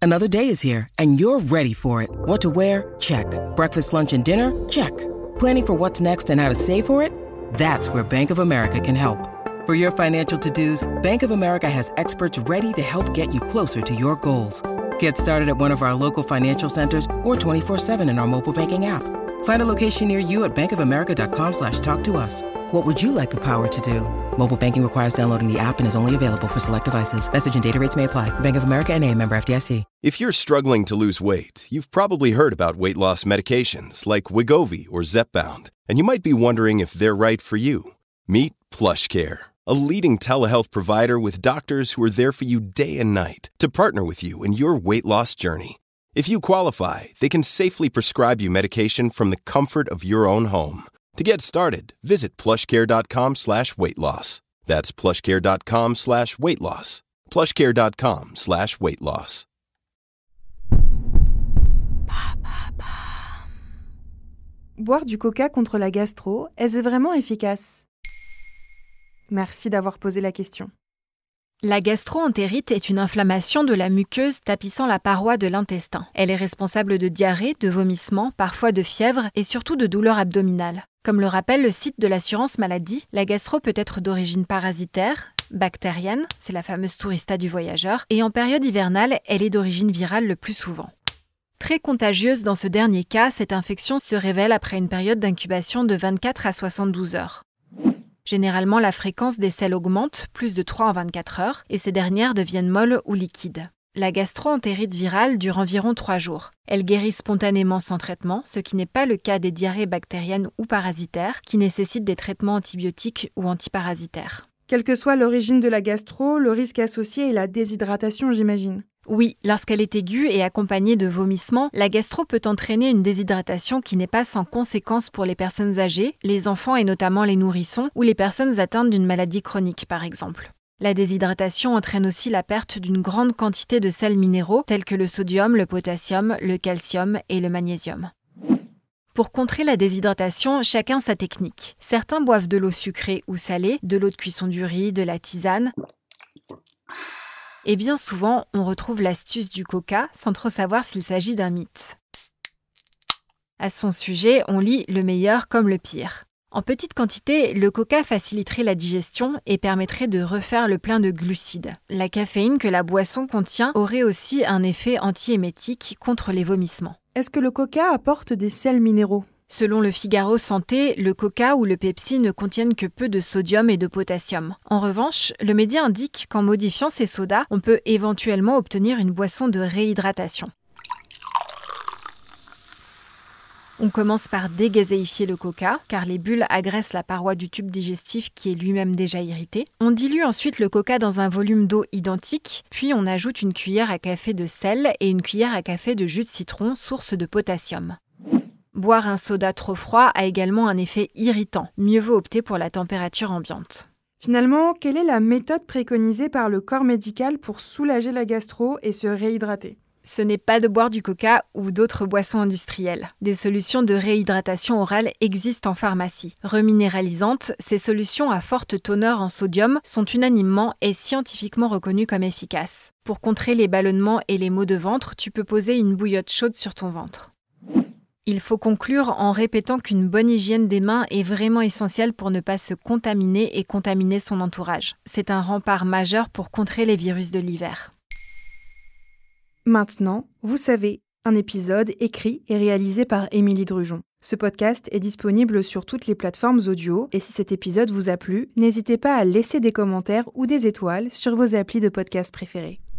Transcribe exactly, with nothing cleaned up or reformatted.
Another day is here, and you're ready for it. What to wear? Check. Breakfast, lunch, and dinner? Check. Planning for what's next and how to save for it? That's where Bank of America can help. For your financial to-dos, Bank of America has experts ready to help get you closer to your goals. Get started at one of our local financial centers or twenty-four seven in our mobile banking app. Find a location near you at bankofamerica.com slash talk to us. What would you like the power to do? Mobile banking requires downloading the app and is only available for select devices. Message and data rates may apply. Bank of America N A, member F D I C. If you're struggling to lose weight, you've probably heard about weight loss medications like Wegovy or Zepbound, and you might be wondering if they're right for you. Meet PlushCare, a leading telehealth provider with doctors who are there for you day and night to partner with you in your weight loss journey. If you qualify, they can safely prescribe you medication from the comfort of your own home. To get started, visit plushcare.com slash weight loss. That's plushcare.com slash weight loss. plushcare.com slash weight loss. Boire du coca contre la gastro, est-ce vraiment efficace ? Merci d'avoir posé la question. La gastro-entérite est une inflammation de la muqueuse tapissant la paroi de l'intestin. Elle est responsable de diarrhée, de vomissements, parfois de fièvre et surtout de douleurs abdominales. Comme le rappelle le site de l'assurance maladie, la gastro peut être d'origine parasitaire, bactérienne, c'est la fameuse tourista du voyageur, et en période hivernale, elle est d'origine virale le plus souvent. Très contagieuse dans ce dernier cas, cette infection se révèle après une période d'incubation de vingt-quatre à soixante-douze heures. Généralement, la fréquence des selles augmente, plus de trois en vingt-quatre heures, et ces dernières deviennent molles ou liquides. La gastro-entérite virale dure environ trois jours. Elle guérit spontanément sans traitement, ce qui n'est pas le cas des diarrhées bactériennes ou parasitaires, qui nécessitent des traitements antibiotiques ou antiparasitaires. Quelle que soit l'origine de la gastro, le risque associé est la déshydratation, j'imagine. Oui, lorsqu'elle est aiguë et accompagnée de vomissements, la gastro peut entraîner une déshydratation qui n'est pas sans conséquence pour les personnes âgées, les enfants et notamment les nourrissons, ou les personnes atteintes d'une maladie chronique par exemple. La déshydratation entraîne aussi la perte d'une grande quantité de sels minéraux tels que le sodium, le potassium, le calcium et le magnésium. Pour contrer la déshydratation, chacun sa technique. Certains boivent de l'eau sucrée ou salée, de l'eau de cuisson du riz, de la tisane. Et bien souvent, on retrouve l'astuce du coca sans trop savoir s'il s'agit d'un mythe. À son sujet, on lit le meilleur comme le pire. En petite quantité, le coca faciliterait la digestion et permettrait de refaire le plein de glucides. La caféine que la boisson contient aurait aussi un effet antiémétique contre les vomissements. Est-ce que le coca apporte des sels minéraux ? Selon le Figaro Santé, le coca ou le Pepsi ne contiennent que peu de sodium et de potassium. En revanche, le média indique qu'en modifiant ces sodas, on peut éventuellement obtenir une boisson de réhydratation. On commence par dégazéifier le coca, car les bulles agressent la paroi du tube digestif qui est lui-même déjà irrité. On dilue ensuite le coca dans un volume d'eau identique, puis on ajoute une cuillère à café de sel et une cuillère à café de jus de citron, source de potassium. Boire un soda trop froid a également un effet irritant. Mieux vaut opter pour la température ambiante. Finalement, quelle est la méthode préconisée par le corps médical pour soulager la gastro et se réhydrater ? Ce n'est pas de boire du coca ou d'autres boissons industrielles. Des solutions de réhydratation orale existent en pharmacie. Reminéralisantes, ces solutions à forte teneur en sodium sont unanimement et scientifiquement reconnues comme efficaces. Pour contrer les ballonnements et les maux de ventre, tu peux poser une bouillotte chaude sur ton ventre. Il faut conclure en répétant qu'une bonne hygiène des mains est vraiment essentielle pour ne pas se contaminer et contaminer son entourage. C'est un rempart majeur pour contrer les virus de l'hiver. Maintenant, vous savez, un épisode écrit et réalisé par Émilie Drujon. Ce podcast est disponible sur toutes les plateformes audio et si cet épisode vous a plu, n'hésitez pas à laisser des commentaires ou des étoiles sur vos applis de podcast préférés.